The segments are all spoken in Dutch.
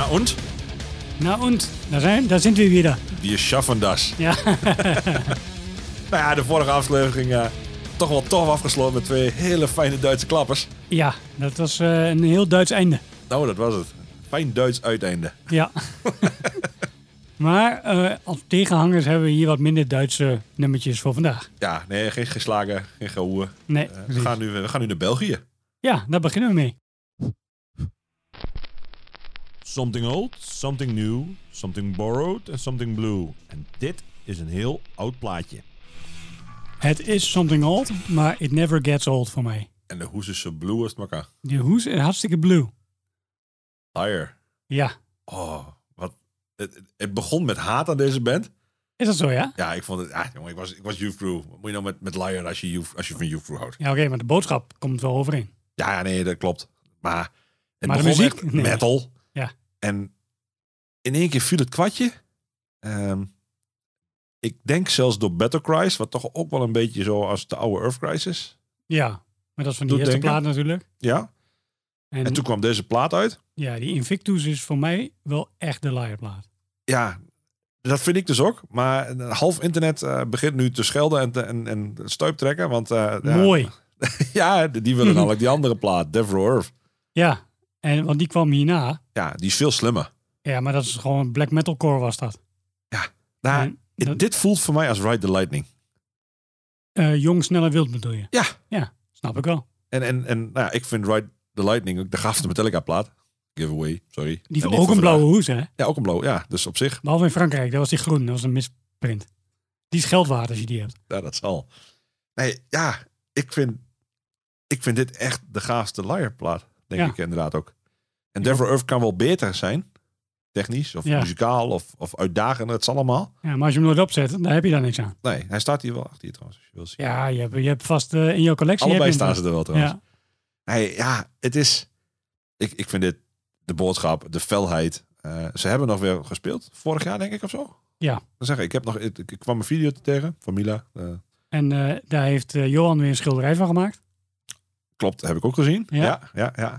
Na und, daar sind wir wieder. Wir schaffen das. Ja. Nou ja, de vorige aflevering toch wel tof afgesloten met 2 hele fijne Duitse klappers. Ja, dat was een heel Duits einde. Nou, dat was het. Fijn Duits uiteinde. Ja. Maar als tegenhangers hebben we hier wat minder Duitse nummertjes voor vandaag. Ja, nee, geen geslagen, geen gehoeën. Nee, we gaan nu naar België. Ja, daar beginnen we mee. Something old, something new, something borrowed en something blue. En dit is een heel oud plaatje. Het is something old, maar it never gets old voor mij. En de hoes is zo blue als het maar kan. Die hoes is hartstikke blue. Liar. Ja. Oh, wat. Het begon met haat aan deze band. Is dat zo, ja? Ja, ik vond het... jongen, ik was Youth Crew. Wat moet je nou met Liar als je van Youth Crew houdt? Ja, oké, maar de boodschap komt wel overeen. Ja, nee, dat klopt. Maar het maar de begon muziek? met Nee. metal. Ja. En in één keer viel het kwartje. Ik denk zelfs door Battle Cries, wat toch ook wel een beetje zo als de oude Earth Crisis. Ja, maar dat is van die Doet eerste denken. plaat natuurlijk. Ja. En toen kwam deze plaat uit. Ja, die Invictus is voor mij wel echt de Liar-plaat. Ja, dat vind ik dus ook. Maar half internet begint nu te schelden en stuip trekken. Want, Mooi. Ja, die willen namelijk die andere plaat, Devil Earth. Ja, want die kwam hierna. Ja, die is veel slimmer. Ja, maar dat is gewoon black metalcore was dat. Ja, nou, dit voelt voor mij als Ride the Lightning. Jong, snel en wild bedoel je? Ja. Ja, snap ik wel. En nou ja, ik vind Ride the Lightning ook de gaafste Metallica plaat. Giveaway, sorry. Die heeft ook een blauwe hoes, hè? Ja, ook een blauw. Ja, dus op zich. Behalve in Frankrijk, dat was die groen. Dat was een misprint. Die is geld waard als je die hebt. Ja, dat zal. Nee, ja, ik vind dit echt de gaafste Liar-plaat. Denk ik inderdaad ook. En Devil Earth kan wel beter zijn. Technisch of muzikaal of uitdagend. Het zal allemaal. Ja, maar als je hem nooit opzet, dan heb je daar niks aan. Nee, hij staat hier wel achter je trouwens. Als je wil zien. Ja, je hebt vast in jouw collectie... Allebei staan ze er wel trouwens. Ja. Nee, ja, het is... Ik vind dit de boodschap, de felheid. Ze hebben nog weer gespeeld. Vorig jaar denk ik of zo. Ja. Dan zeg ik kwam een video tegen van Mila. En daar heeft Johan weer een schilderij van gemaakt. Klopt, heb ik ook gezien. Ja. Ja,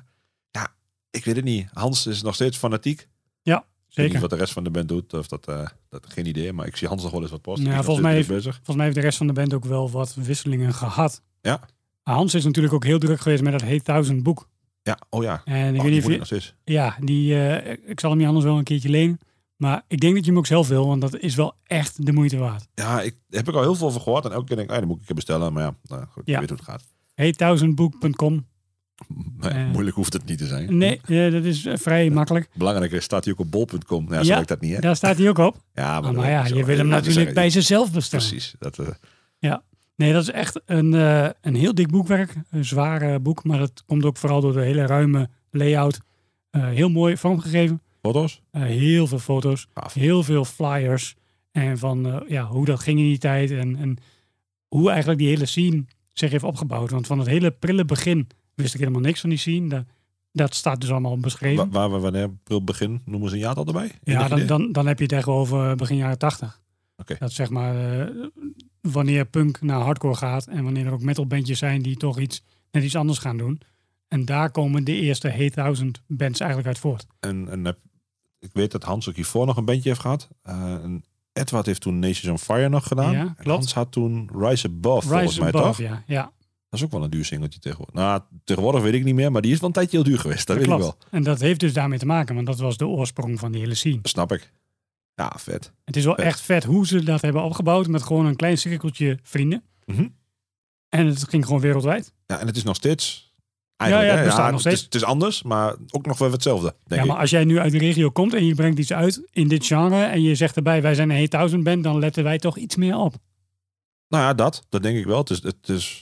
ik weet het niet. Hans is nog steeds fanatiek. Ja, Ik weet zeker. niet wat de rest van de band doet. Of dat geen idee. Maar ik zie Hans nog wel eens wat posten. Ja, volgens mij heeft de rest van de band ook wel wat wisselingen gehad. Ja. Maar Hans is natuurlijk ook heel druk geweest met dat Hate 1000 boek. Ja, oh ja. En ik weet niet of je... nog steeds. Ja, ik zal hem je anders wel een keertje lenen. Maar ik denk dat je hem ook zelf wil, want dat is wel echt de moeite waard. Ja, heb ik al heel veel van gehoord. En elke keer denk ik, dan moet ik een keer bestellen. Maar ja, nou, goed, je weet hoe het gaat. Hate1000boek.com. Moeilijk hoeft het niet te zijn. Nee, dat is vrij makkelijk. Belangrijk is, staat hij ook op bol.com. Ja, zo ik dat niet, hè? Daar staat hij ook op. Ja, maar ja, je wil hem natuurlijk bij zichzelf bestellen. Precies. Ja, nee, dat is echt een heel dik boekwerk. Een zwaar boek, maar dat komt ook vooral door de hele ruime layout. Heel mooi vormgegeven. Foto's? Heel veel foto's. Gaaf. Heel veel flyers. En van hoe dat ging in die tijd. En hoe eigenlijk die hele scene zich heeft opgebouwd. Want van het hele prille begin wist ik helemaal niks van die scene. Dat staat dus allemaal beschreven. Wanneer pril begin? Noemen ze een jaartal erbij? Ja, dan heb je het echt over begin jaren 80. Okay. Dat zeg maar wanneer punk naar hardcore gaat. En wanneer er ook metalbandjes zijn die toch net iets anders gaan doen. En daar komen de eerste Hate 1000 bands eigenlijk uit voort. En ik weet dat Hans ook hiervoor nog een bandje heeft gehad. Edward heeft toen Nations on Fire nog gedaan. Ja, klopt. Hans had toen Rise Above volgens mij toch? Ja. Dat is ook wel een duur singeltje tegenwoordig. Nou, tegenwoordig weet ik niet meer, maar die is wel een tijdje heel duur geweest. Dat weet ik wel. En dat heeft dus daarmee te maken, want dat was de oorsprong van die hele scene. Dat snap ik. Ja, vet. Het is wel echt vet hoe ze dat hebben opgebouwd met gewoon een klein cirkeltje vrienden. Mm-hmm. En het ging gewoon wereldwijd. Ja, en het is nog steeds... Het bestaat nog steeds. Het is anders, maar ook nog wel hetzelfde, denk ik. Maar als jij nu uit de regio komt en je brengt iets uit in dit genre en je zegt erbij, wij zijn een Hate 1000 band, dan letten wij toch iets meer op. Nou ja, dat denk ik wel. Het is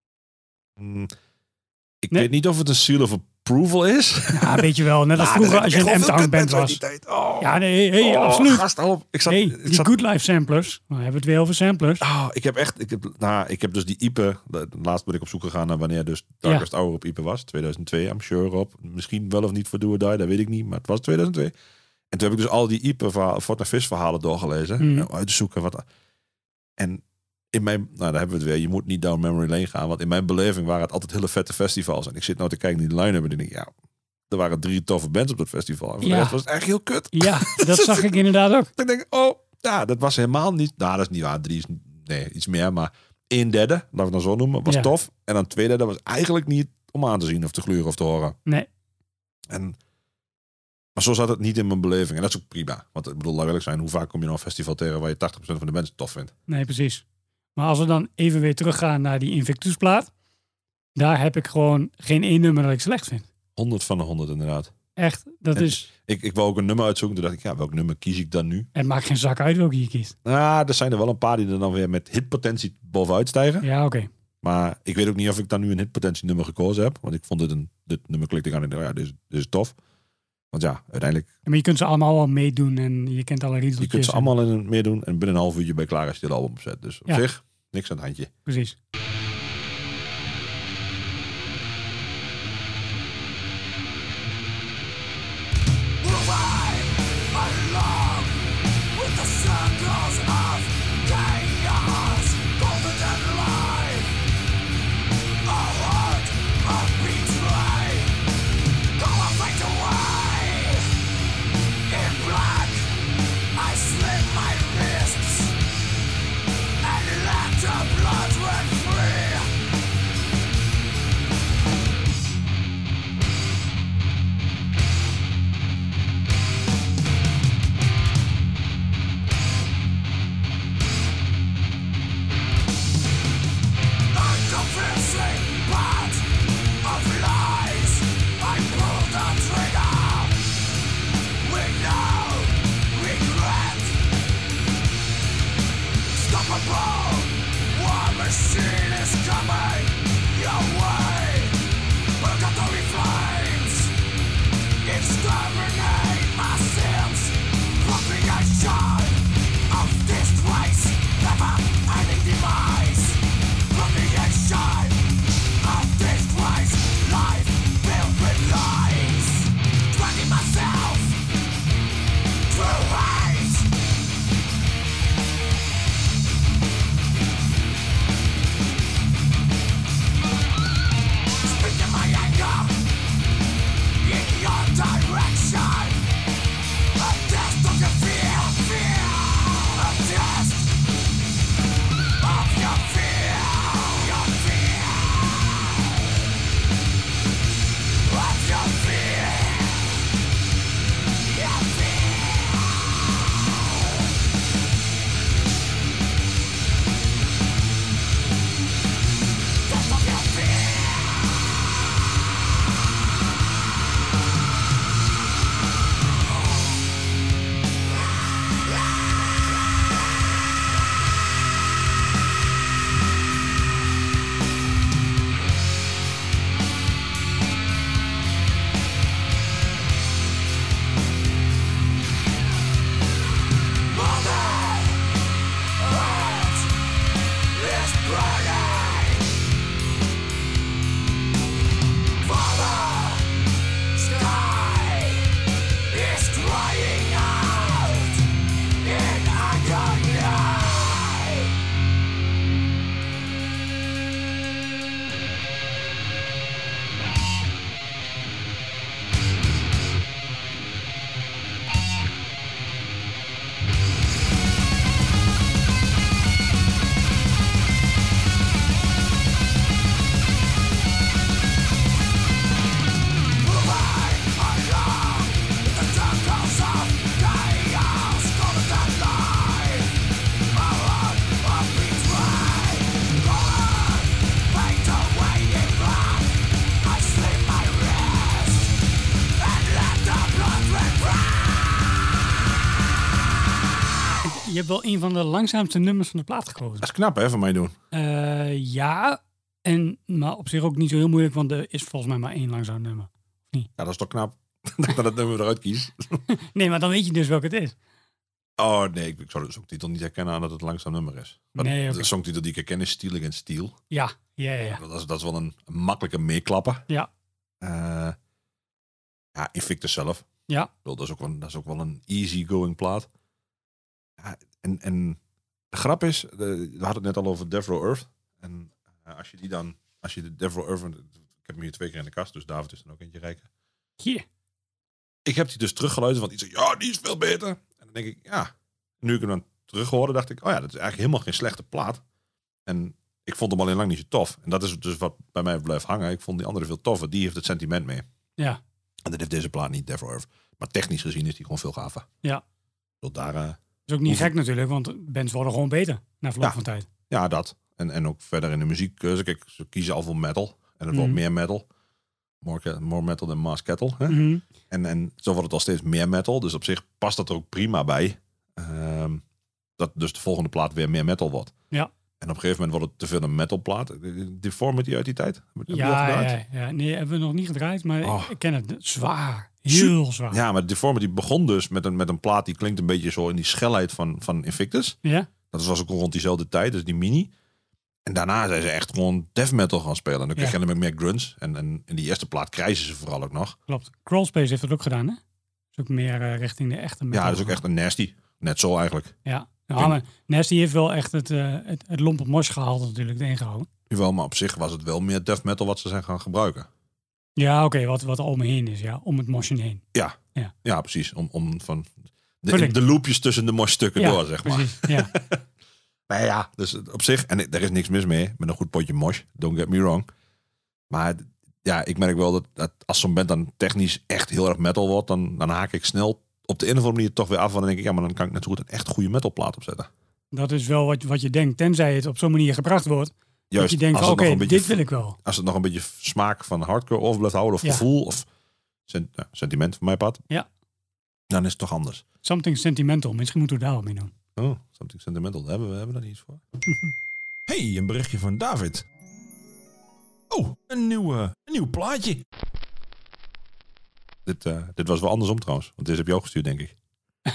ik weet niet of het een seal of approval is. Ja, weet je wel. Net als vroeger als je een M-Town band was. Oh. Ja, nee, absoluut. Gast, op. Die Good Life samplers. Dan hebben we het weer over samplers. Oh, ik heb dus die IPE. Laatst ben ik op zoek gegaan naar wanneer dus Darkest Hour op IPE was. 2002, I'm sure op. Misschien wel of niet voor Do or Die, dat weet ik niet. Maar het was 2002. En toen heb ik dus al die IPE Fort and Fish verhalen doorgelezen. Uit te zoeken wat... En in mijn... Nou, daar hebben we het weer. Je moet niet down memory lane gaan. Want in mijn beleving waren het altijd hele vette festivals. En ik zit nou te kijken naar die line-up en denk ik, ja, er waren 3 toffe bands op dat festival. En voor de rest was het echt heel kut. Ja, dat zag ik inderdaad ook. Ik denk, dat was helemaal niet... Nou, dat is niet waar. 3 is... Nee, iets meer. Maar 1/3, laten we het dan zo noemen, was tof. En dan 2/3 was eigenlijk niet om aan te zien of te gluren of te horen. Nee. Maar zo zat het niet in mijn beleving. En dat is ook prima. Want ik bedoel, laat eerlijk zijn, hoe vaak kom je nou een festival tegen waar je 80% van de mensen tof vindt? Nee, precies. Maar als we dan even weer teruggaan naar die Invictus-plaat, daar heb ik gewoon geen één nummer dat ik slecht vind. 100 van de 100 inderdaad. Echt, dat is... Ik wou ook een nummer uitzoeken. Toen dacht ik, welk nummer kies ik dan nu? Het maakt geen zak uit welke je kiest. Nou, er zijn er wel een paar die er dan weer met hitpotentie bovenuit stijgen. Ja, oké. Maar ik weet ook niet of ik dan nu een hitpotentie nummer gekozen heb. Want ik vond dit nummer klikte ik aan en dacht, dit is tof. Want ja, uiteindelijk... Maar je kunt ze allemaal wel meedoen en je kent alle riedeltjes. Je kunt ze allemaal in het meedoen en binnen een half uurtje ben je klaar als je het album opzet. Dus op zich, niks aan het handje. Precies. Je hebt wel een van de langzaamste nummers van de plaat gekozen. Dat is knap, hè, van mij doen. Ja, maar op zich ook niet zo heel moeilijk, want er is volgens mij maar 1 langzaam nummer. Niet? Ja, dat is toch knap dat het nummer eruit kiest. Nee, maar dan weet je dus welke het is. Oh nee, ik zou de songtitel niet herkennen aan dat het een langzaam nummer is. Maar nee, de songtitel die ik herken is Steel Against Steel. Ja. Dat is wel een makkelijke meeklapper. Ja. Invictus zelf. Ja. Dat is ook wel een easy-going plaat. Ja, en de grap is, we hadden het net al over Death Row Earth. En als je de Death Row Earth, ik heb hem hier 2 keer in de kast, dus David is dan ook eentje rijker. Hier. Ik heb die dus teruggeluisterd, want die zei, ja, die is veel beter. En dan denk ik, ja. Nu ik hem dan terug hoorde, dacht ik, oh ja, dat is eigenlijk helemaal geen slechte plaat. En ik vond hem alleen lang niet zo tof. En dat is dus wat bij mij blijft hangen. Ik vond die andere veel toffer. Die heeft het sentiment mee. Ja. En dat heeft deze plaat niet, Death Earth. Maar technisch gezien is die gewoon veel gaver. Ja. Tot daar... Dat is ook niet gek natuurlijk, want bands worden gewoon beter na verloop van tijd. Ja, dat. En ook verder in de muziekkeuze. Kijk, ze kiezen al voor metal. En het wordt meer metal. More metal than Mars Kettle. Hè? Mm-hmm. En zo wordt het al steeds meer metal. Dus op zich past dat er ook prima bij. Dat dus de volgende plaat weer meer metal wordt. Ja. En op een gegeven moment wordt het te veel een metalplaat. Deformity uit die tijd? Ja. Nee, hebben we nog niet gedraaid, maar ik ken het. Zwaar. Heel zwaar. Ja, maar Deformity begon dus met een plaat die klinkt een beetje zo in die schelheid van Invictus. Ja. Dat was ook rond diezelfde tijd, dus die mini. En daarna zijn ze echt gewoon death metal gaan spelen. En dan krijg je hem meer grunts. En in die eerste plaat krijgen ze vooral ook nog. Klopt. Crawlspace heeft dat ook gedaan, hè? Is ook meer richting de echte metal. Ja, dat is ook echt een nasty. Net zo eigenlijk. Ja. Ja, maar Nasty heeft wel echt het lompe mos gehaald natuurlijk ingehouden. Jawel, maar op zich was het wel meer death metal wat ze zijn gaan gebruiken. Ja, oké, wat om me heen is, ja. Om het mosje heen. Ja, precies. Om van de loopjes tussen de mosstukken door, zeg maar. Precies, ja. Nou ja, dus op zich, en er is niks mis mee met een goed potje mosh, don't get me wrong. Maar ja, ik merk wel dat als zo'n band dan technisch echt heel erg metal wordt, dan haak ik snel op de een of andere manier toch weer af. En dan denk ik, ja, maar dan kan ik net zo goed een echt goede metalplaat opzetten. Dat is wel wat je denkt, tenzij het op zo'n manier gebracht wordt. Juist, dat je denkt van oké, dit wil ik wel. Als het nog een beetje smaak van hardcore over blijft houden, of gevoel, of sentiment van mijn part. Ja. Dan is het toch anders. Something sentimental, misschien moeten we daar wat mee doen. Oh, something sentimental, daar hebben we daar niet iets voor. Hey, een berichtje van David. Oh, een nieuw plaatje. Dit was wel andersom trouwens, want deze heb je ook gestuurd, denk ik.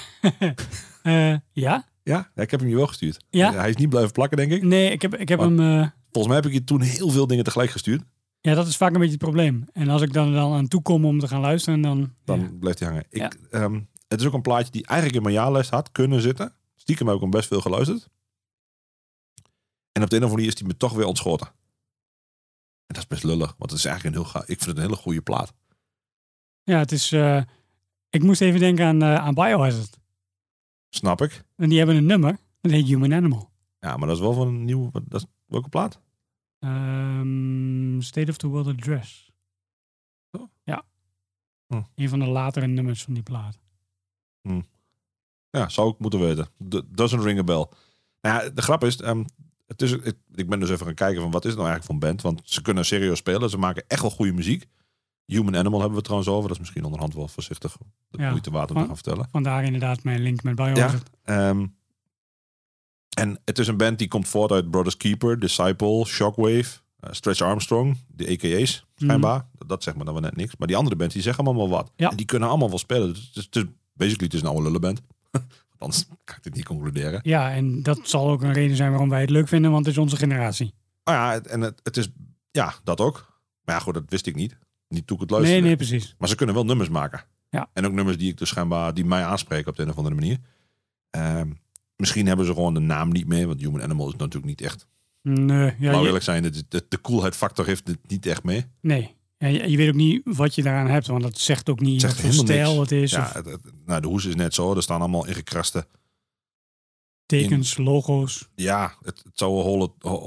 Ja? Ja, ik heb hem je wel gestuurd. Ja? Hij is niet blijven plakken, denk ik. Nee, ik heb hem... Volgens mij heb ik je toen heel veel dingen tegelijk gestuurd. Ja, dat is vaak een beetje het probleem. En als ik dan aan toe kom om te gaan luisteren, dan blijft hij hangen. Het is ook een plaatje die eigenlijk in mijn jaarlijst had kunnen zitten. Stiekem heb ik hem best veel geluisterd. En op de een of andere manier is die me toch weer ontschoten. En dat is best lullig, want het is eigenlijk ik vind het een hele goede plaat. Ja, het is... ik moest even denken aan Biohazard. Snap ik. En die hebben een nummer, dat heet Human Animal. Ja, maar dat is wel van een nieuwe... Welke plaat? State of the World Address. Oh. Ja. Een van de latere nummers van die plaat. Ja, zou ik moeten weten. Doesn't ring a bell. Nou ja, de grap is... ik ben dus even gaan kijken van wat is het nou eigenlijk voor een band. Want ze kunnen serieus spelen. Ze maken echt wel goede muziek. Human Animal hebben we trouwens over. Dat is misschien onderhand wel voorzichtig de moeite waard om te gaan vertellen. Vandaar inderdaad mijn link met Biohazard. Ja, en het is een band die komt voort uit Brothers Keeper, Disciple, Shockwave, Stretch Armstrong, de AKA's schijnbaar. Dat zegt me dan wel net niks. Maar die andere bands die zeggen allemaal wat. Ja. En die kunnen allemaal wel spelen. Dus het is een oude lullenband. Anders kan ik dit niet concluderen. Ja, en dat zal ook een reden zijn waarom wij het leuk vinden, want het is onze generatie. Oh ja, en het is... Ja, dat ook. Maar ja, goed, dat wist ik niet. Niet toen ik het luisterde. Nee, precies. Maar ze kunnen wel nummers maken. Ja. En ook nummers die ik dus schijnbaar... die mij aanspreken op de een of andere manier. Misschien hebben ze gewoon de naam niet mee. Want Human Animal is natuurlijk niet echt... Nee. Ja, maar eerlijk zijn, de coolheid factor heeft het niet echt mee. Nee. Ja, je weet ook niet wat je daaraan hebt. Want dat zegt ook niet wat voor stijl het is. Ja, de hoes is net zo. Er staan allemaal ingekraste... tekens, logo's. Ja, het zou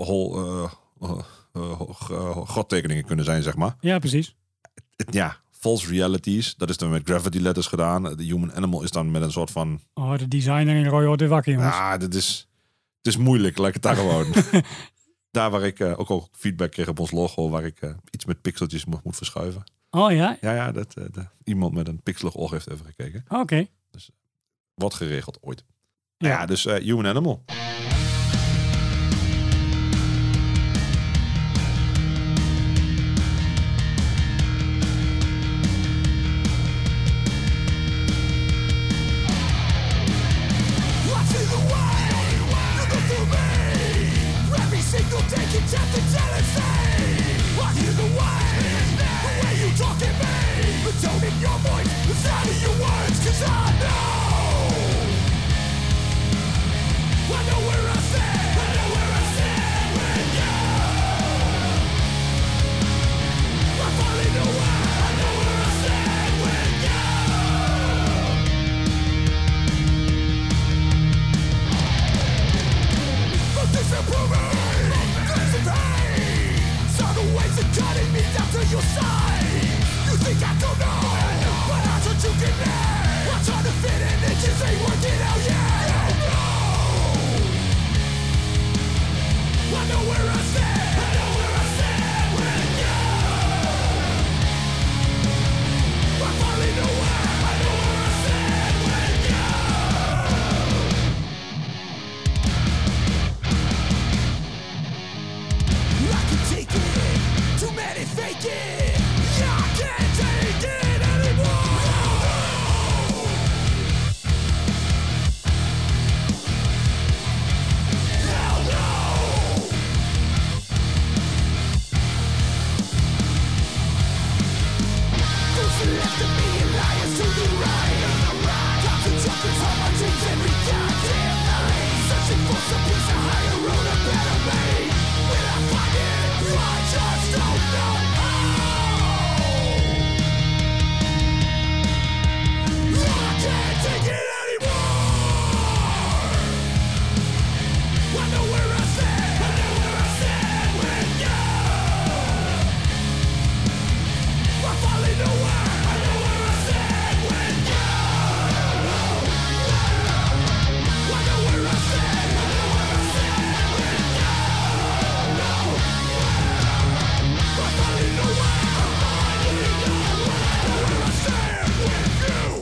godtekeningen kunnen zijn, zeg maar. Ja, precies. False realities. Dat is dan met gravity letters gedaan. De Human Animal is dan met een soort van... Oh, de designer in Roy de Wakker, jongens. Ja, het is moeilijk. Laat ik het daar gewoon. Daar waar ik ook al feedback kreeg op ons logo, waar ik iets met pixeltjes moet verschuiven. Oh ja? Ja, iemand met een pixelig oog heeft even gekeken. Oké. Dus wordt geregeld ooit. Ja, dus Human Animal.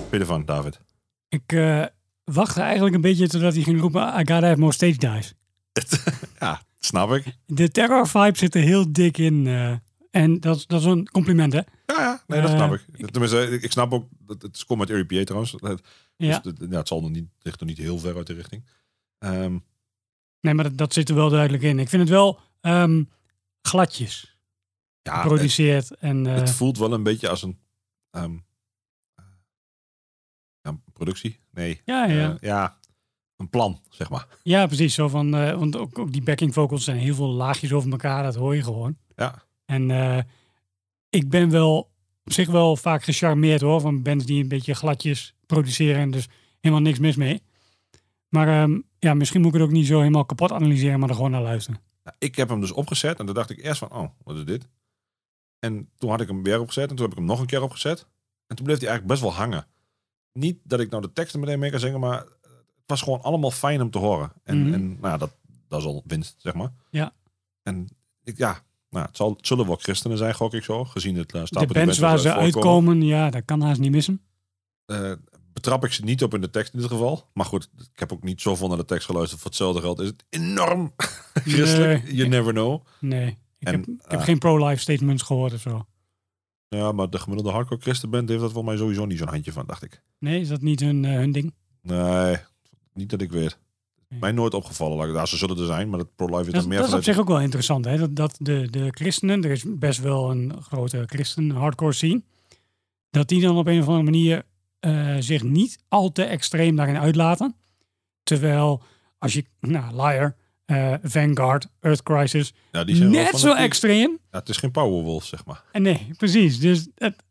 je ervan, David? Ik wachtte eigenlijk een beetje totdat hij ging roepen... I gotta have more stage dives. Ja, snap ik. De terror vibe zit er heel dik in. En dat is een compliment, hè? Ja, nee, dat snap ik. Tenminste, ik snap ook... Het komt met RPA trouwens. Ja. Dus het zal ligt er niet heel ver uit de richting. Nee, maar dat zit er wel duidelijk in. Ik vind het wel gladjes geproduceerd. Het voelt wel een beetje als een productie. Nee. Ja. Een plan, zeg maar. Ja, precies. Zo van, want ook die backing vocals zijn heel veel laagjes over elkaar. Dat hoor je gewoon. Ja. En ik ben wel op zich wel vaak gecharmeerd hoor. Van bands die een beetje gladjes produceren. En dus helemaal niks mis mee. Maar misschien moet ik het ook niet zo helemaal kapot analyseren. Maar er gewoon naar luisteren. Nou, ik heb hem dus opgezet. En toen dacht ik eerst van, wat is dit? En toen had ik hem weer opgezet. En toen heb ik hem nog een keer opgezet. En toen bleef hij eigenlijk best wel hangen. Niet dat ik nou de teksten meteen mee kan zingen. Maar het was gewoon allemaal fijn om te horen. En dat is al winst, zeg maar. Ja. En het zullen wel christenen zijn, gok ik zo. Gezien het de bands waar ze uitkomen, ja, dat kan haast niet missen. Betrap ik ze niet op in de tekst in ieder geval. Maar goed, ik heb ook niet zoveel naar de tekst geluisterd. Voor hetzelfde geld is het enorm christelijk. Nee, you never know. Nee, ik heb geen pro-life statements gehoord of zo. Ja, maar de gemiddelde hardcore christenband heeft dat volgens mij sowieso niet zo'n handje van, dacht ik. Nee, is dat niet hun ding? Nee, niet dat ik weet. Mij nooit opgevallen. Ze zullen er zijn, maar dat pro-life is er meer van. Dat is op zich ook wel interessant. Hè? Dat de christenen, er is best wel een grote christen hardcore scene. Dat die dan op een of andere manier zich niet al te extreem daarin uitlaten. Terwijl als je, Liar, Vanguard, Earth Crisis, ja, die zijn net zo extreem. Ja, het is geen Powerwolf, zeg maar. Nee, precies. Dus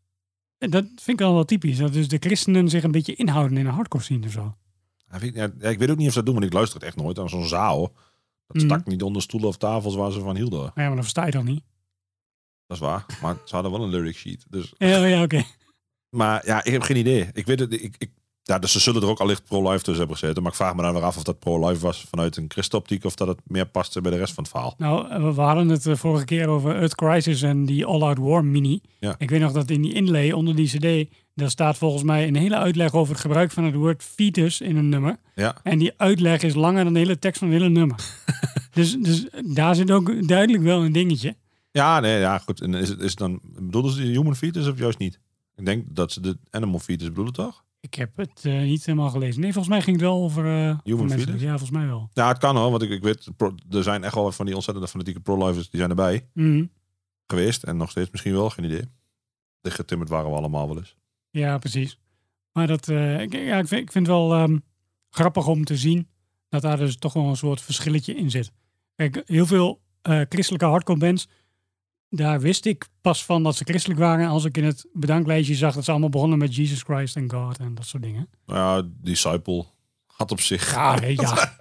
dat vind ik wel typisch. Dat dus de christenen zich een beetje inhouden in een hardcore scene of zo. Ik weet ook niet of ze dat doen, want ik luister het echt nooit aan zo'n zaal. Dat stak niet onder stoelen of tafels waar ze van hielden. Ja, maar dan versta je dan niet. Dat is waar, maar ze hadden wel een lyric sheet. Dus. Ja, oké. Maar ja, ik heb geen idee. Ik weet het. Dus ze zullen er ook allicht pro-life tussen hebben gezeten. Maar ik vraag me dan weer af of dat pro-life was vanuit een christenoptiek of dat het meer paste bij de rest van het verhaal. Nou, we hadden het vorige keer over Earth Crisis en die All Out War mini. Ja. Ik weet nog dat in die inlay onder die cd, daar staat volgens mij een hele uitleg over het gebruik van het woord fetus in een nummer. Ja. En die uitleg is langer dan de hele tekst van het hele nummer. dus daar zit ook duidelijk wel een dingetje. Ja, nee, ja, goed. En is het dan, bedoelen ze de human fetus of juist niet? Ik denk dat ze de animal fetus bedoelen, toch? Ik heb het niet helemaal gelezen. Nee, volgens mij ging het wel over human fetus. Ja, volgens mij wel. Ja, het kan hoor, want ik weet, er zijn echt wel wat van die ontzettende fanatieke pro-lifers, die zijn erbij geweest. En nog steeds misschien wel, geen idee. Dichtgetimmerd waren we allemaal wel eens. Ja, precies. Maar dat, ik vind het wel grappig om te zien dat daar dus toch wel een soort verschilletje in zit. Kijk, heel veel christelijke hardcore bands, daar wist ik pas van dat ze christelijk waren als ik in het bedanklijstje zag dat ze allemaal begonnen met Jesus Christ and God en dat soort dingen. Ja, Disciple had op zich. Ja, nee, ja.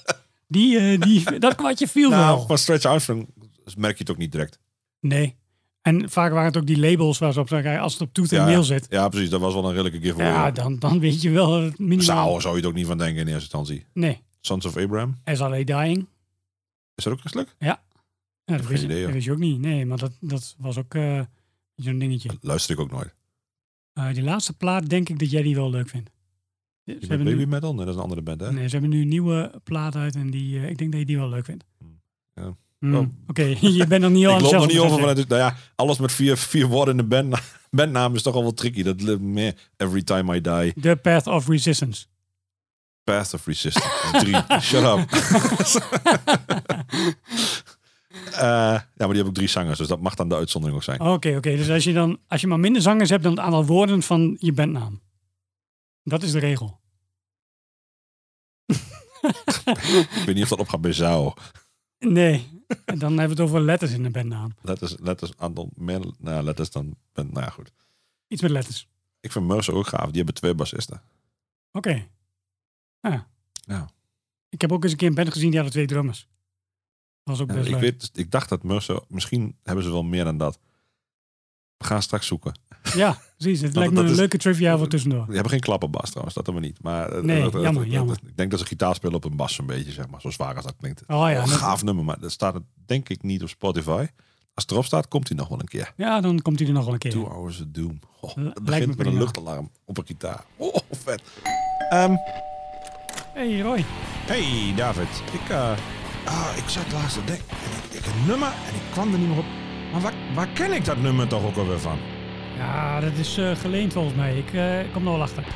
Dat kwartje viel wel. Van Stretch Armstrong merk je het ook niet direct. Nee. En vaak waren het ook die labels waar ze op zeggen, als het op Tooth and Nail zit. Ja, precies. Dat was wel een redelijke giveaway. Ja, dan weet je wel het minimaal. Zou je het ook niet van denken in eerste instantie. Nee. Sons of Abraham. SLA Dying. Is dat ook christelijk? Ja. Ja, dat idee, wist je ook niet. Nee, maar dat was ook zo'n dingetje. Dat luister ik ook nooit. Die laatste plaat denk ik dat jij die wel leuk vindt. Die met Baby Metal? Nee, dat is een andere band, hè? Nee, ze hebben nu een nieuwe plaat uit en die, ik denk dat je die wel leuk vindt. Ja. Oké, je bent nog niet al ik loop nog niet over vanuit. Alles met vier woorden in de bandnaam is toch al wel tricky. Dat meer Every Time I Die. The Path of Resistance. Path of Resistance. 3. Shut up. Ja, maar die hebben ook 3 zangers, dus dat mag dan de uitzondering ook zijn. Oké. Dus als je maar minder zangers hebt dan het aantal woorden van je bandnaam. Dat is de regel. Ik weet niet of dat opgaat bij Zao. Nee, dan hebben we het over letters in de bandnaam. Letters, aantal meer letters dan band. Nou ja, goed. Iets met letters. Ik vind Mercer ook gaaf. Die hebben 2 bassisten. Oké. Ja. Ik heb ook eens een keer een band gezien die hadden 2 drummers. Dat was ook best leuk. Ik dacht dat Mercer, misschien hebben ze wel meer dan dat. We gaan straks zoeken. Ja, precies. Het lijkt me een leuke trivia voor tussendoor. Die hebben geen klappenbas trouwens, dat hebben we niet. Maar nee, jammer. Ik denk dat ze gitaar spelen op een bas een beetje, zeg maar. Zo zwaar als dat klinkt. Oh ja. Een gaaf nummer, maar dat staat denk ik niet op Spotify. Als het erop staat, komt hij nog wel een keer. Ja, dan komt hij er nog wel een keer. 2 Hours of Doom. Het Lijkt me begint met een prima. luchtalarm op een gitaar. Oh, vet. Hey Roy. Hey David, ik zat laatst te denken, ik een nummer en ik kwam er niet meer op. Maar waar ken ik dat nummer toch ook alweer van? Ja, dat is geleend volgens mij. Ik kom er wel achter.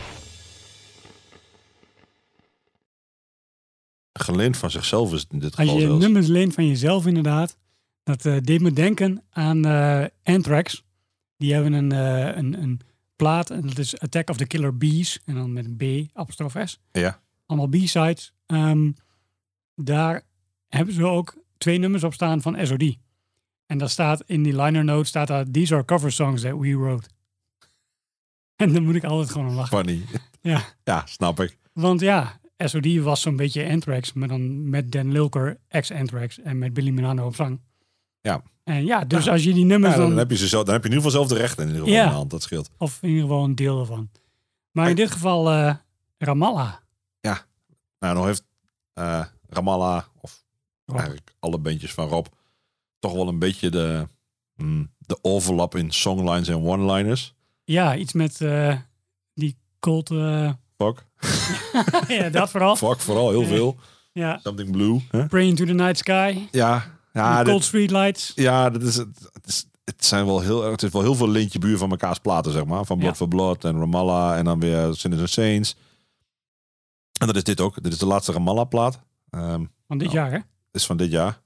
Geleend van zichzelf is het in dit Als geval je zelfs. nummers leent van jezelf inderdaad. Dat deed me denken aan Anthrax. Die hebben een plaat. En dat is Attack of the Killer Bees. En dan met een B, apostrof S. Ja. Allemaal B-sides. Daar hebben ze ook 2 nummers op staan van SOD. En daar staat in die liner note staat daar, these are cover songs that we wrote. En dan moet ik altijd gewoon om lachen. Funny. Ja. Ja, snap ik. Want ja, SOD was zo'n beetje Anthrax, maar dan met Dan Lilker, ex-Anthrax, en met Billy Milano op zang. Ja. En ja, dus als je die nummers Ja, dan heb je in ieder geval zelf de rechten in ieder geval in de hand. Dat scheelt. of in ieder geval een deel ervan. Maar in dit geval Ramallah. Nou, nog heeft Ramallah, of Rob. eigenlijk alle bandjes van Rob, toch wel een beetje de overlap in songlines en one-liners. Ja, iets met die cult... Fuck. ja, dat vooral. Fuck, vooral heel veel. Ja, Something Blue. Hè? Praying to the Night Sky. Ja, Cold Street Lights. ja, dat is het is wel heel veel lintje buur van mekaars platen, zeg maar. Van Blood for Blood en Ramallah en dan weer Sinners and Saints. En dat is dit ook. Dit is de laatste Ramallah plaat. Van dit jaar, hè? Is van dit jaar.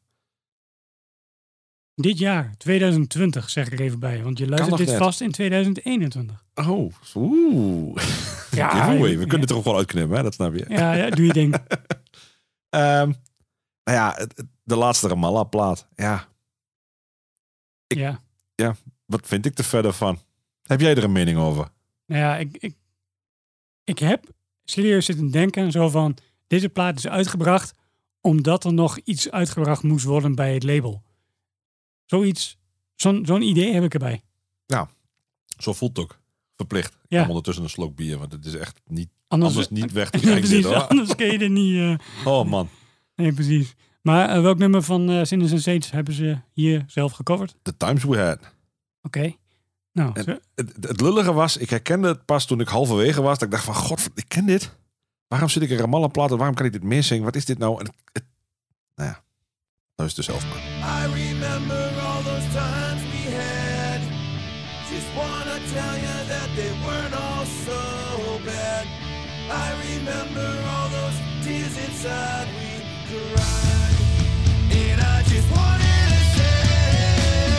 Dit jaar, 2020, zeg ik er even bij. Want je luistert nog dit net. vast in 2021. Oh, oeh. Ja, Giveaway. We kunnen het er ook wel uitknippen, hè? Dat snap je. Ja, doe je ding. Nou ja, de laatste Ramallah plaat. Ja, Ja. wat vind ik er verder van? Heb jij er een mening over? Nou ja, ik heb serieus zitten denken zo van... Deze plaat is uitgebracht omdat er nog iets uitgebracht moest worden bij het label. Zoiets, zo'n idee heb ik erbij. Zo voelt het ook. Verplicht. Ik Ja. nam ondertussen een slok bier, want het is echt niet, Anders niet weg te Ja, krijgen. precies, dit, hoor. anders kun je er niet... Oh man, nee, precies. Maar welk nummer van Sinners and Saints hebben ze hier zelf gecoverd? The Times We Had. Oké. Nou, En het lullige was, ik herkende het pas toen ik halverwege was. Dat ik dacht van, god, ik ken dit. Waarom zit ik in Ramallah platen? Waarom kan ik dit meer zingen? Wat is dit nou? En nou ja, dat is het zelf maar. I remember all those times we had. Just wanna tell you that they weren't all so bad. I remember all those tears inside we cried. And I just wanted to say,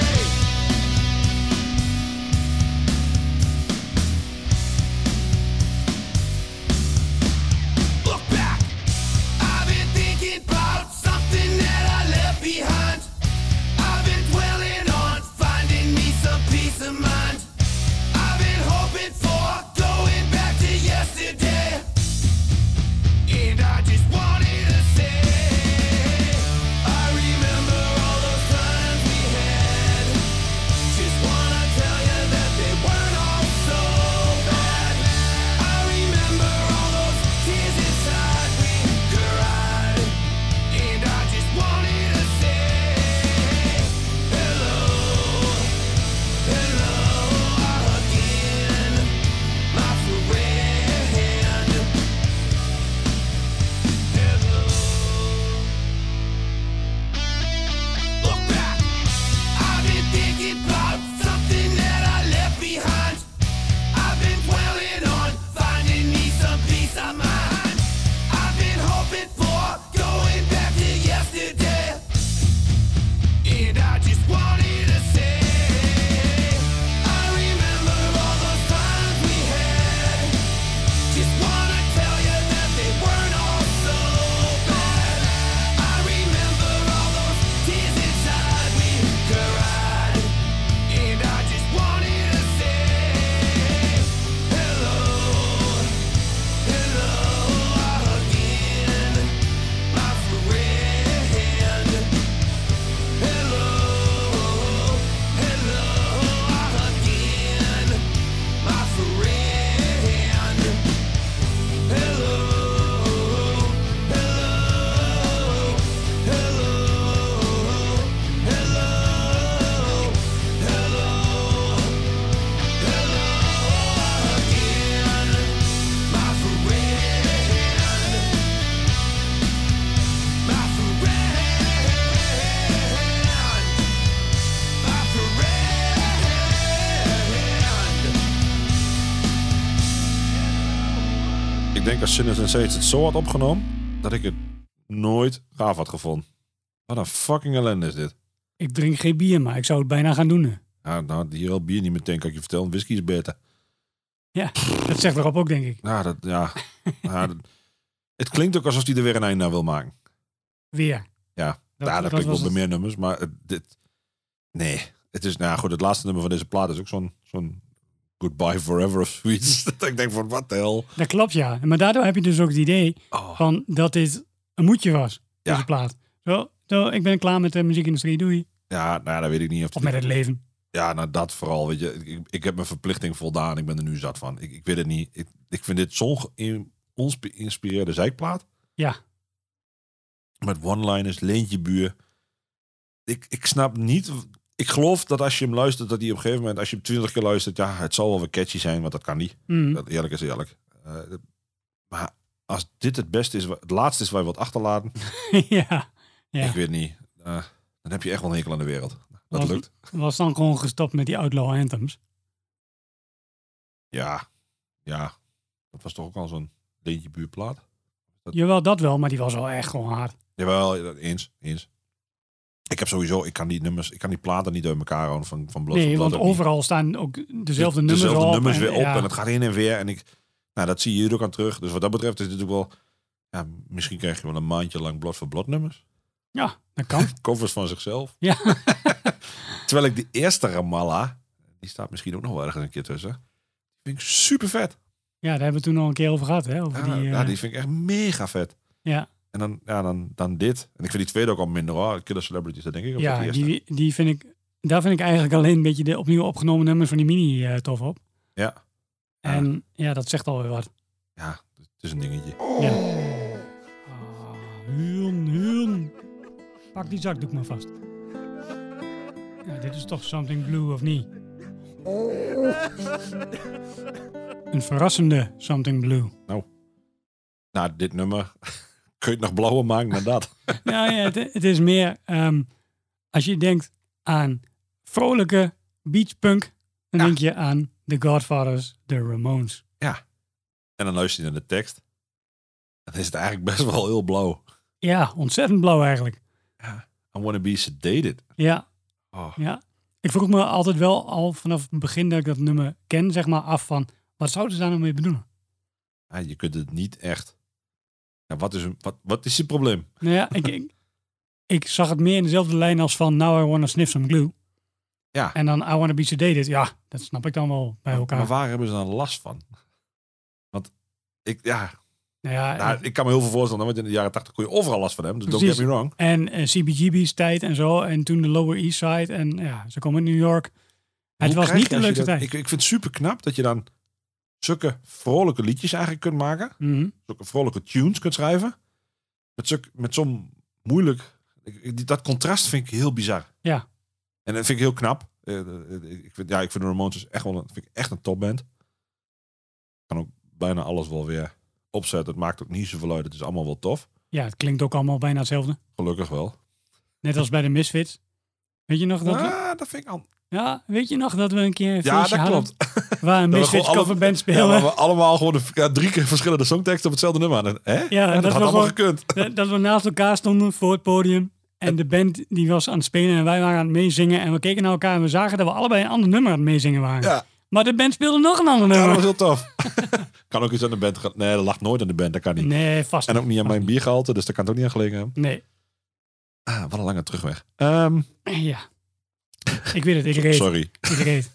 look back. I've been thinking about something that I left behind. I've been dwelling on finding me some peace of mind. I've been hoping for going back to yesterday. And I just wanted to say, I remember all those denk als Sinister Saints het zo had opgenomen, dat ik het nooit gaaf had gevonden. Wat een fucking ellende is dit. Ik drink geen bier, maar ik zou het bijna gaan doen. Hè. Ja, nou, hier al bier niet meteen, kan ik je vertellen. Whisky is beter. Ja, dat zegt erop ook, denk ik. Nou, het klinkt ook alsof hij er weer een einde aan wil maken. Weer. Ja, dat was klinkt wel bij het. meer nummers, maar nee. Het is, nou goed, het laatste nummer van deze plaat is ook zo'n Goodbye Forever of zoiets. Dat ik denk van, wat de hel. Dat klopt, ja. Maar daardoor heb je dus ook het idee van dat dit een moedje was, deze Ja. plaat. Zo, ik ben klaar met de muziekindustrie, doei. Ja, nou, dat weet ik niet. Of met het leven. Ja, nou dat vooral, weet je. Ik heb mijn verplichting voldaan. Ik ben er nu zat van. Ik weet het niet. Ik vind dit zo'n geïnspireerde zeikplaat. Ja. Met one-liners, Leentje Buur. Ik snap niet. Ik geloof dat als je hem luistert, dat hij op een gegeven moment, als je hem 20 keer luistert, ja, het zal wel weer catchy zijn, want dat kan niet. Mm. Dat, eerlijk is eerlijk. Maar als dit het beste is, het laatste is waar je wilt achterlaten, Ja. ik weet niet. Dan heb je echt wel een hekel aan de wereld. Dat lukt. Was dan gewoon gestopt met die outlaw anthems. Ja. Dat was toch ook al zo'n Leentje Buur plaat? Jawel, dat wel, maar die was wel echt gewoon hard. Jawel, eens. Ik heb sowieso, ik kan die platen niet uit elkaar houden van Blood Nee, for Blood want ook niet. overal staan ook dezelfde nummers Dezelfde op. nummers en- weer op ja. en het gaat heen en weer. En dat zie je hier ook aan terug. Dus wat dat betreft is dit ook wel, ja, misschien krijg je wel een maandje lang Blood for Blood nummers. Ja, dat kan. Covers van zichzelf. Ja. Terwijl ik die eerste Ramallah, die staat misschien ook nog wel ergens een keer tussen. Die vind ik super vet. Ja, daar hebben we toen al een keer over gehad. Hè? Over Die vind ik echt mega vet. Ja, En dan dit. En ik vind die tweede ook al minder hoor. Killer Celebrities, dat denk ik. Of dat ja die eerste? die vind ik... Daar vind ik eigenlijk alleen een beetje de opnieuw opgenomen nummers van die mini tof op. Ja. En ja, dat zegt alweer wat. Ja, het is een dingetje. Ja. Huun. Pak die zakdoek maar vast. Ja, dit is toch Something Blue, of niet? Een verrassende Something Blue. Nou, dit nummer kun je het nog blauwer maken dan dat. Nou ja, het is meer... als je denkt aan vrolijke beachpunk, dan denk je aan The Godfathers, The Ramones. En dan luister je naar de tekst. Dan is het eigenlijk best wel heel blauw. Ja, ontzettend blauw eigenlijk. I wanna be sedated. Ja, Oh. ja. Ik vroeg me altijd wel al vanaf het begin dat ik dat nummer ken, zeg maar, af van... Wat zouden ze daar nou mee bedoelen? Ja, je kunt het niet echt... Ja, wat is je probleem? Nou ja, ik zag het meer in dezelfde lijn als van Now I Wanna Sniff Some Glue. Ja. En dan I Wanna Be Sedated. Ja, dat snap ik dan wel bij elkaar. Maar waar hebben ze dan last van? Want ik kan me heel veel voorstellen, want in de jaren 80 kon je overal last van hebben. Dus don't Precies. get me wrong. En CBGB's tijd en zo. En toen de Lower East Side. En ja, ze komen in New York. Het Hoe was krijg niet je de als je leukste dat- tijd. Ik vind het super knap dat je dan zulke vrolijke liedjes eigenlijk kunt maken. Mhm. Zulke vrolijke tunes kunt schrijven. Met zo'n moeilijk... Dat contrast vind ik heel bizar. Ja. En dat vind ik heel knap. Ik vind de Ramones echt wel vind ik echt een topband. Ik kan ook bijna alles wel weer opzetten. Het maakt ook niet zoveel uit. Het is allemaal wel tof. Ja, het klinkt ook allemaal bijna hetzelfde. Gelukkig wel. Net als bij de Misfits. Weet je nog dat Dat vind ik al... weet je nog dat we een keer een Ja, feestje dat hadden klopt. waar een Dat we Misfits gewoon alle- coverband Ja, spelen? maar we allemaal gewoon 3 keer verschillende songteksten op hetzelfde nummer aan. Hè? Ja, dat dat had we allemaal gewoon- gekund. Dat we naast elkaar stonden voor het podium. En de band die was aan het spelen en wij waren aan het meezingen. En we keken naar elkaar en we zagen dat we allebei een ander nummer aan het meezingen waren. Ja. Maar de band speelde nog een ander Ja, dat nummer. was heel tof. Kan ook iets aan de band gaan. Nee, dat lag nooit aan de band. Dat kan niet. Nee, vast En ook niet aan mijn Vast biergehalte, dus daar kan het ook niet aan gelegen hebben. Nee. Wat een lange terugweg. Ja. Ik weet het, ik reed. Sorry. Ik reed.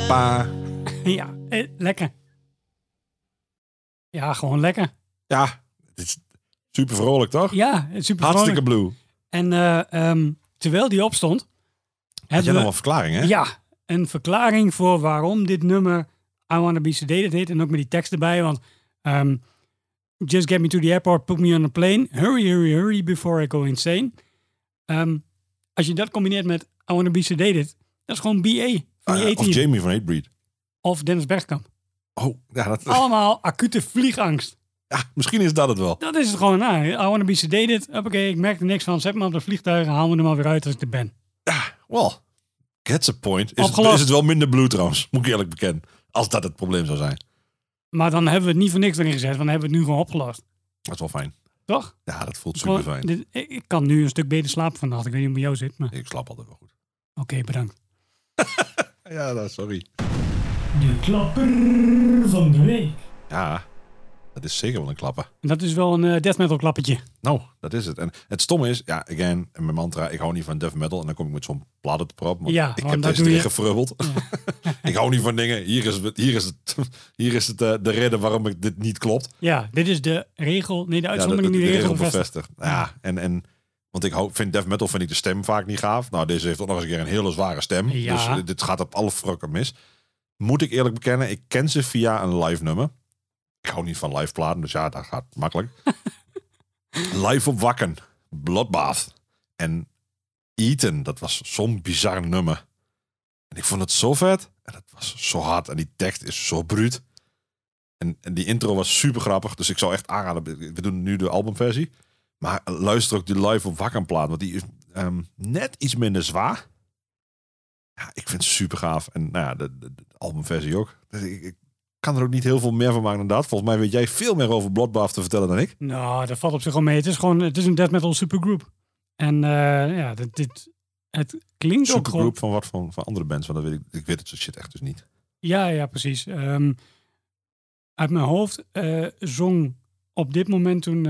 Papa. Ja, lekker. Ja, gewoon lekker. Ja, het is super vrolijk, toch? Ja, super Hartstikke vrolijk. blue. En terwijl die opstond... Had jij nog een verklaring, hè? Ja, een verklaring voor waarom dit nummer I Wanna Be Sedated heet. En ook met die tekst erbij, want... Just get me to the airport, put me on a plane. Hurry, hurry, hurry before I go insane. Als je dat combineert met I Wanna Be Sedated... Dat is gewoon BA van die Of Jamie van Hatebreed. Of Dennis Bergkamp. Oh, ja, dat... Allemaal acute vliegangst. Ja, misschien is dat het wel. Dat is het gewoon. Nou, I Wanna Be Sedated. Oké, ik merk er niks van. Zet me op de vliegtuig en haal me er maar weer uit als ik er ben. Ja, well, gets a point. Opgelost. Is het wel minder blue trouwens, moet ik eerlijk bekennen. Als dat het probleem zou zijn. Maar dan hebben we het niet voor niks erin gezet, want dan hebben we het nu gewoon opgelost. Dat is wel fijn. Toch? Ja, dat voelt Gewoon, super fijn. ik kan nu een stuk beter slapen vannacht. Ik weet niet hoe het bij jou zit, maar... Ik slaap altijd wel goed. Oké, bedankt. Ja, nou, sorry. De klapper van de week. Ja, dat is zeker wel een klapper. En dat is wel een death metal klappertje. Nou, dat is het. En het stomme is, ja, again, in mijn mantra, ik hou niet van death metal. En dan kom ik met zo'n plaat op de prop. Want Ja, ik want heb dat deze doe je. tegen gefrubbeld. Ja. Ik hou niet van dingen. Hier is het de reden waarom ik dit niet klopt. Ja, dit is de regel. Nee, de Ja, uitzondering die de regel bevestigt. bevestigt. Ja, want vind death metal vind ik de stem vaak niet gaaf. Nou, deze heeft ook nog eens een keer een hele zware stem. Ja. Dus dit gaat op alle vrokken mis. Moet ik eerlijk bekennen, ik ken ze via een live nummer. Ik hou niet van live platen, dus ja, dat gaat makkelijk. Live op Wakken, Bloodbath en Eaten. Dat was zo'n bizar nummer. En ik vond het zo vet. En het was zo hard. En die tekst is zo bruut. En die intro was super grappig. Dus ik zou echt aanraden. We doen nu de albumversie. Maar luister ook die live op Wakken plaat. Want die is net iets minder zwaar. Ja, ik vind het super gaaf. En nou ja, de albumversie ook. Dus ik kan er ook niet heel veel meer van maken dan dat. Volgens mij weet jij veel meer over Bloodbath te vertellen dan ik. Nou, dat valt op zich wel mee. Het is een death metal supergroup. En ja, het klinkt ook gewoon... Supergroup van wat van andere bands. Want dat weet ik weet het soort shit echt dus niet. Ja, precies. Uit mijn hoofd zong op dit moment toen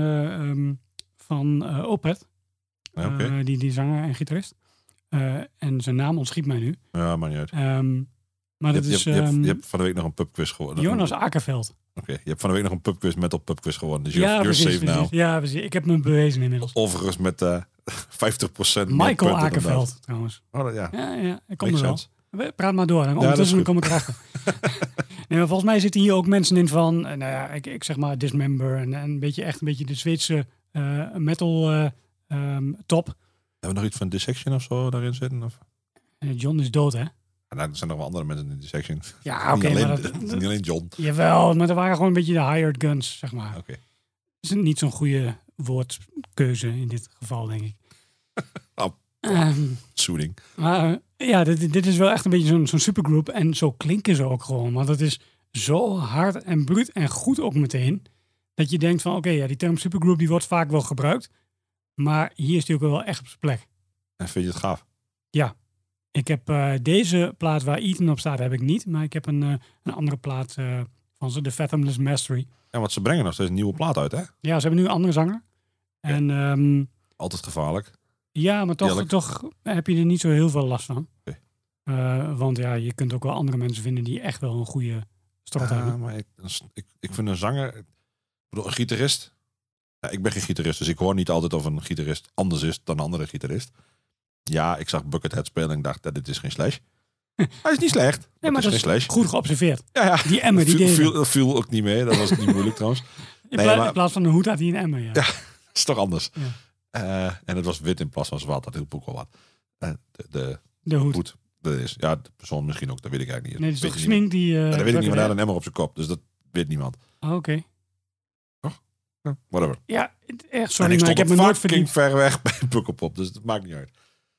van Opeth. Ja, oké. Die zanger en gitarist. En zijn naam ontschiet mij nu. Ja, maar niet uit. Maar dat is Je hebt van de week nog een pubquiz gewonnen. Jonas Akerveld. Oké, je hebt van de week nog een pubquiz met op pubquiz gewonnen. Dus Ja, you're precies, safe now. Ja, precies. Ik heb me bewezen inmiddels. Overigens met 50% meer Michael punten dan Akerveld, trouwens. dat. Oh, ja. Ja, ik kom Makes er wel. sense. Praat maar door. dat is Ondertussen goed. kom ik erachter. Nee, maar volgens mij zitten hier ook mensen in van, nou ja, ik zeg maar Dismember en een beetje de Zweedse metal top. Hebben we nog iets van Dissection of zo daarin zitten? Of? John is dood, hè? Nou, er zijn nog wel andere mensen in Dissection. Ja, oké. Niet alleen, Maar het is niet alleen John. Jawel, maar er waren gewoon een beetje de hired guns, zeg maar. Oké. Dat is niet zo'n goede woordkeuze in dit geval, denk ik. Oh. Zoening. Maar ja, dit is wel echt een beetje zo'n supergroup. En zo klinken ze ook gewoon. Want het is zo hard en bruut en goed ook meteen. Dat je denkt van, oké, ja, die term supergroup die wordt vaak wel gebruikt. Maar hier is die ook wel echt op zijn plek. En vind je het gaaf? Ja. Ik heb deze plaat waar Eaton op staat, heb ik niet. Maar ik heb een andere plaat van ze, The Fathomless Mastery. Ja, want ze brengen nog steeds een nieuwe plaat uit, hè? Ja, ze hebben nu een andere zanger. Ja. En Altijd gevaarlijk. ja, maar toch heb je er niet zo heel veel last van. Oké. Want ja, je kunt ook wel andere mensen vinden die echt wel een goede strot hebben. Maar ik vind een zanger... Ik bedoel, een gitarist... Ja, ik ben geen gitarist, dus ik hoor niet altijd of een gitarist anders is dan een andere gitarist. Ja, ik zag Buckethead spelen en ik dacht, dit is geen Slash. Hij is niet slecht, Nee, maar het is dat geen is Slash. goed geobserveerd. Ja. Die emmer, die deed het. viel ook niet mee, dat was niet moeilijk trouwens. In maar- plaats van een hoed had hij een emmer, ja. Ja. Dat is toch anders. Ja. En het was wit in plaats van zwart, dat hielp ook wel wat. De De hoed. hoed, dat is... Ja, de persoon misschien ook, dat weet ik eigenlijk niet. Nee, die is toch Weet niemand. gesminkt? Ja, dat weet ik niet, maar hij had ja. een emmer op zijn kop, dus dat weet niemand. Oh, oké. Ja, whatever. Ja, echt En sorry, ik maar ik stond heb me nooit fucking verdiend. ver weg bij Pukkelpop, dus dat maakt niet uit.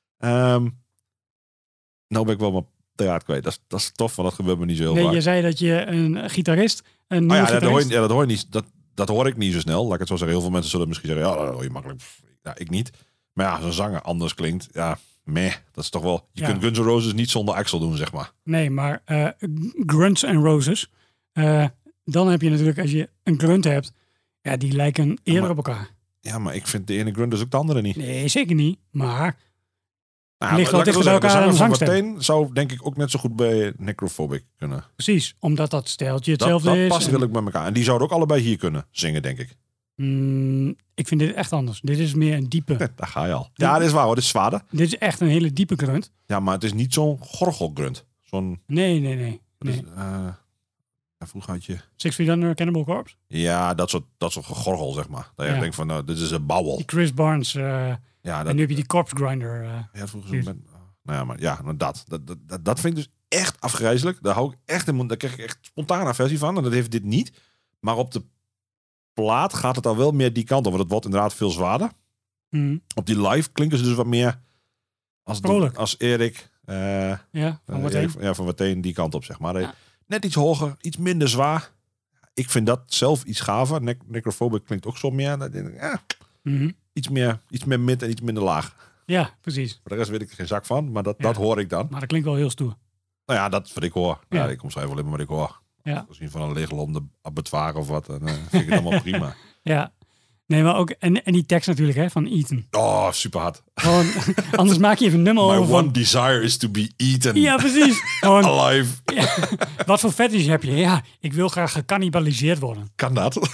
Nou ben ik wel mijn draad kwijt. Dat is tof, want dat gebeurt me niet zo heel Nee, vaak. je zei dat je een gitarist, een Oh nieuwe ja, dat hoor, gitarist... je, dat hoor je niet. Dat hoor ik niet zo snel. Laat ik het zo zeggen. Heel veel mensen zullen misschien zeggen, ja, dat hoor je makkelijk. Ja, ik niet. Maar ja, zo'n zanger anders klinkt, ja, meh. Dat is toch wel... Je Ja. kunt Guns N' Roses niet zonder Axel doen, zeg maar. Nee, maar grunts en roses. Dan heb je natuurlijk, als je een grunt hebt, ja, die lijken eerder maar- op elkaar. Ja, maar ik vind de ene grunt dus ook de andere niet. Nee, zeker niet. Maar Nou, ligt maar wel laat ik dichter het bij zo elkaar zeggen, dan de zanger van zangstem. Watain zou denk ik ook net zo goed bij Necrophobic kunnen. Precies, omdat dat steltje Dat hetzelfde is. past en- redelijk bij elkaar. En die zouden ook allebei hier kunnen zingen, denk ik. Ik vind dit echt anders. Dit is meer een diepe. Daar ga je al. Ja, dat is waar hoor. Dit is zwaarder. Dit is echt een hele diepe grunt. Ja, maar het is niet zo'n gorgelgrunt. Zo'n... Nee. Dus, vroeger had je... 6 Feet Under, Cannibal Corpse. Ja, dat soort gegorgel, zeg maar. Dat je Ja. denkt van, nou, dit is een bouwel. Die Chris Barnes. Ja, En dat, nu heb je die Corpse Grinder. ja, vroeger zo met... Nou ja, maar ja, nou, dat vind ik dus echt afgrijzelijk. Daar hou ik echt in, daar krijg ik echt spontane aversie van. En dat heeft dit niet. Maar op de plaat gaat het al wel meer die kant op. Want het wordt inderdaad veel zwaarder. Op die live klinken ze dus wat meer als, Vrolijk. als Erik. Ja, van wat heen. Ja, van Watain die kant op, zeg maar. Ja. Net iets hoger, iets minder zwaar. Ik vind dat zelf iets gaver. Necrophobic klinkt ook zo meer. Dan denk ik, ja, iets meer mid en iets minder laag. Ja, precies. Voor de rest weet ik er geen zak van, maar dat Ja. hoor ik dan. Maar dat klinkt wel heel stoer. Nou ja, dat is wat ik hoor. Ja, Ja. ik kom schrijven alleen maar wat ik hoor. Ja. Misschien van een leeglomde abattoir of wat. Dan vind ik het allemaal prima. Ja. Nee, maar ook... En die tekst natuurlijk, hè, van Ethan. Oh, super hard. Gewoon, anders maak je even een nummer My over one van... desire is to be eaten Ja, precies. Gewoon, alive. wat voor fetish heb je? Ja, ik wil graag gecannibaliseerd worden. Kan dat?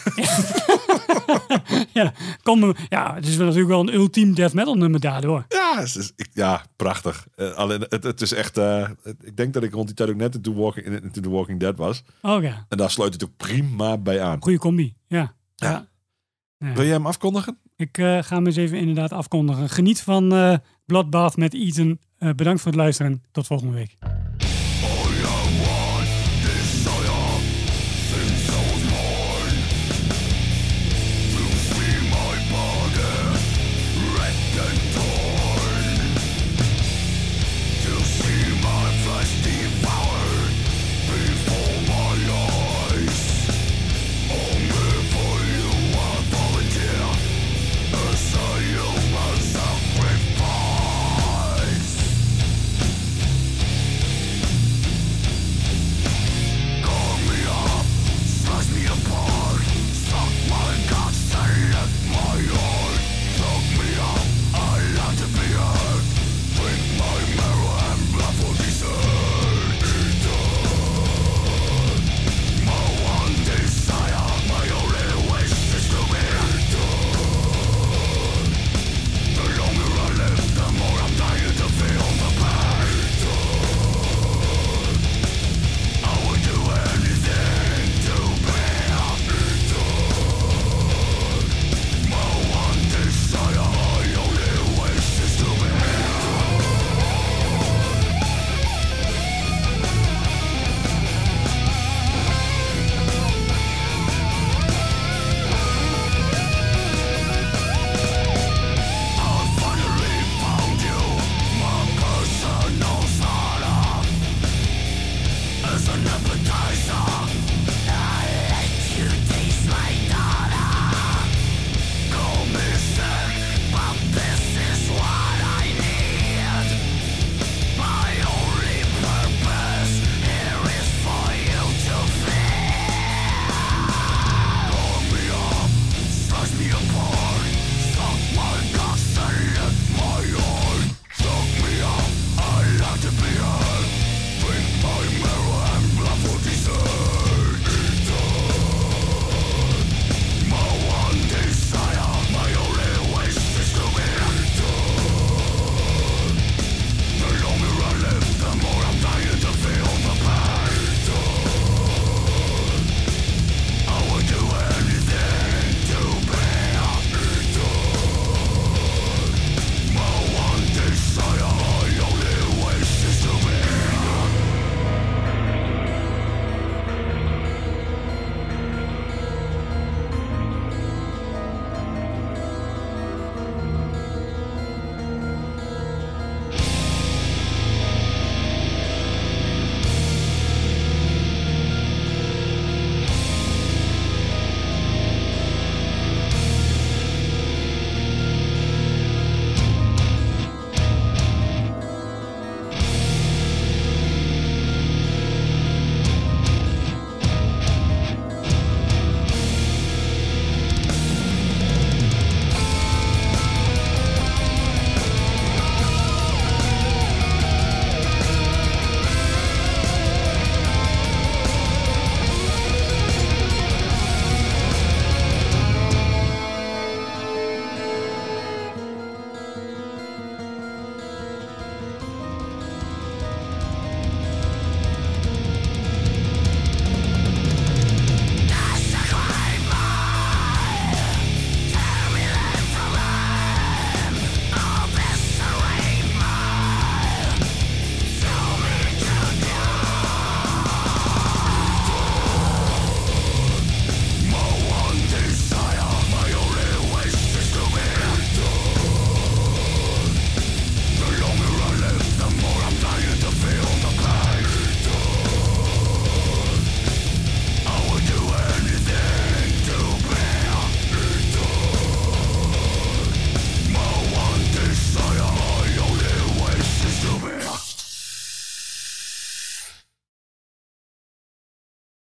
Ja, het is wel natuurlijk wel een ultiem death metal nummer daardoor. Ja, ja, prachtig. Alleen, het is echt... ik denk dat ik rond die tijd ook net into The Walking Dead was. Oh ja, En daar sluit het ook prima bij aan. goede combi. Ja. Ja. Ja. Wil jij hem afkondigen? Ik ga hem eens even inderdaad afkondigen. Geniet van Bloodbath met Ethan. Bedankt voor het luisteren. Tot volgende week.